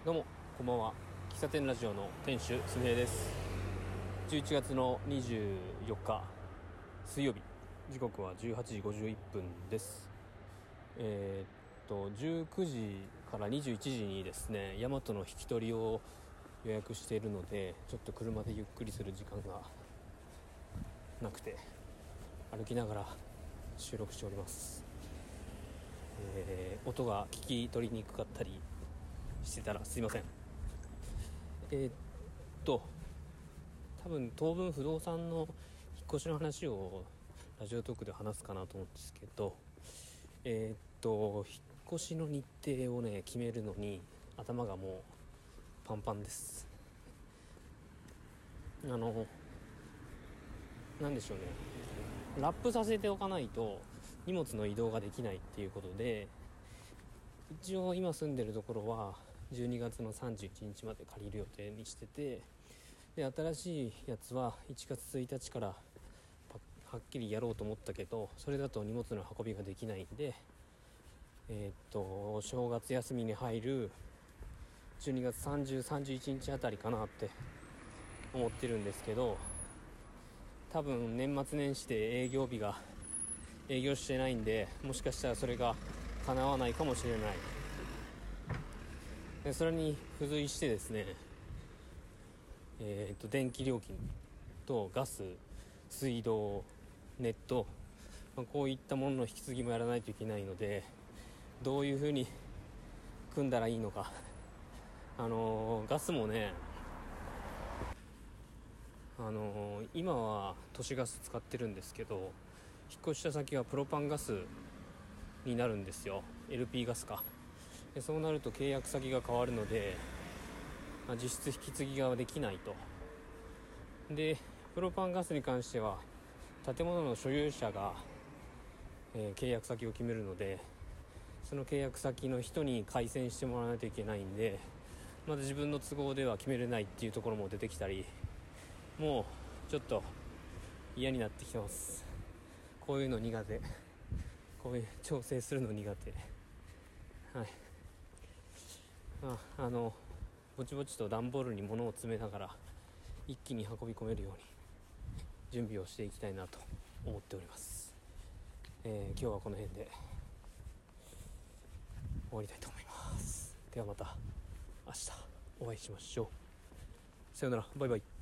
どうもこんばんは。喫茶店ラジオの店主すみへいです。11月の24日水曜日、時刻は18時51分です。19時から21時にですね、大和の引き取りを予約しているので、ちょっと車でゆっくりする時間がなくて歩きながら収録しております。音が聞き取りにくかったりしてたらすいません。多分当分不動産の引っ越しの話をラジオトークで話すかなと思うんですけど、引っ越しの日程をね決めるのに頭がもうパンパンです。なんでしょうね、ラップさせておかないと荷物の移動ができないっていうことで、一応今住んでるところは12月の31日まで借りる予定にしてて、で新しいやつは1月1日からはっきりやろうと思ったけど、それだと荷物の運びができないんで、正月休みに入る12月30、31日あたりかなって思ってるんですけど、多分年末年始で営業してないんで、もしかしたらそれが叶わないかもしれない。でそれに付随してですね、電気料金とガス、水道、ネット、こういったものの引き継ぎもやらないといけないので、どういう風に組んだらいいのか。ガスもね、今は都市ガス使ってるんですけど、引っ越した先はプロパンガスになるんですよ。 LP ガスか。でそうなると契約先が変わるので、実質引き継ぎができないと。でプロパンガスに関しては建物の所有者が、契約先を決めるので、その契約先の人に改善してもらわないといけないんで、まだ自分の都合では決めれないっていうところも出てきたり、もうちょっと嫌になってきてます。こういうの苦手、こういう調整するの苦手。はい。ぼちぼちと段ボールに物を詰めながら一気に運び込めるように準備をしていきたいなと思っております。今日はこの辺で終わりたいと思います。ではまた明日お会いしましょう。さよなら、バイバイ。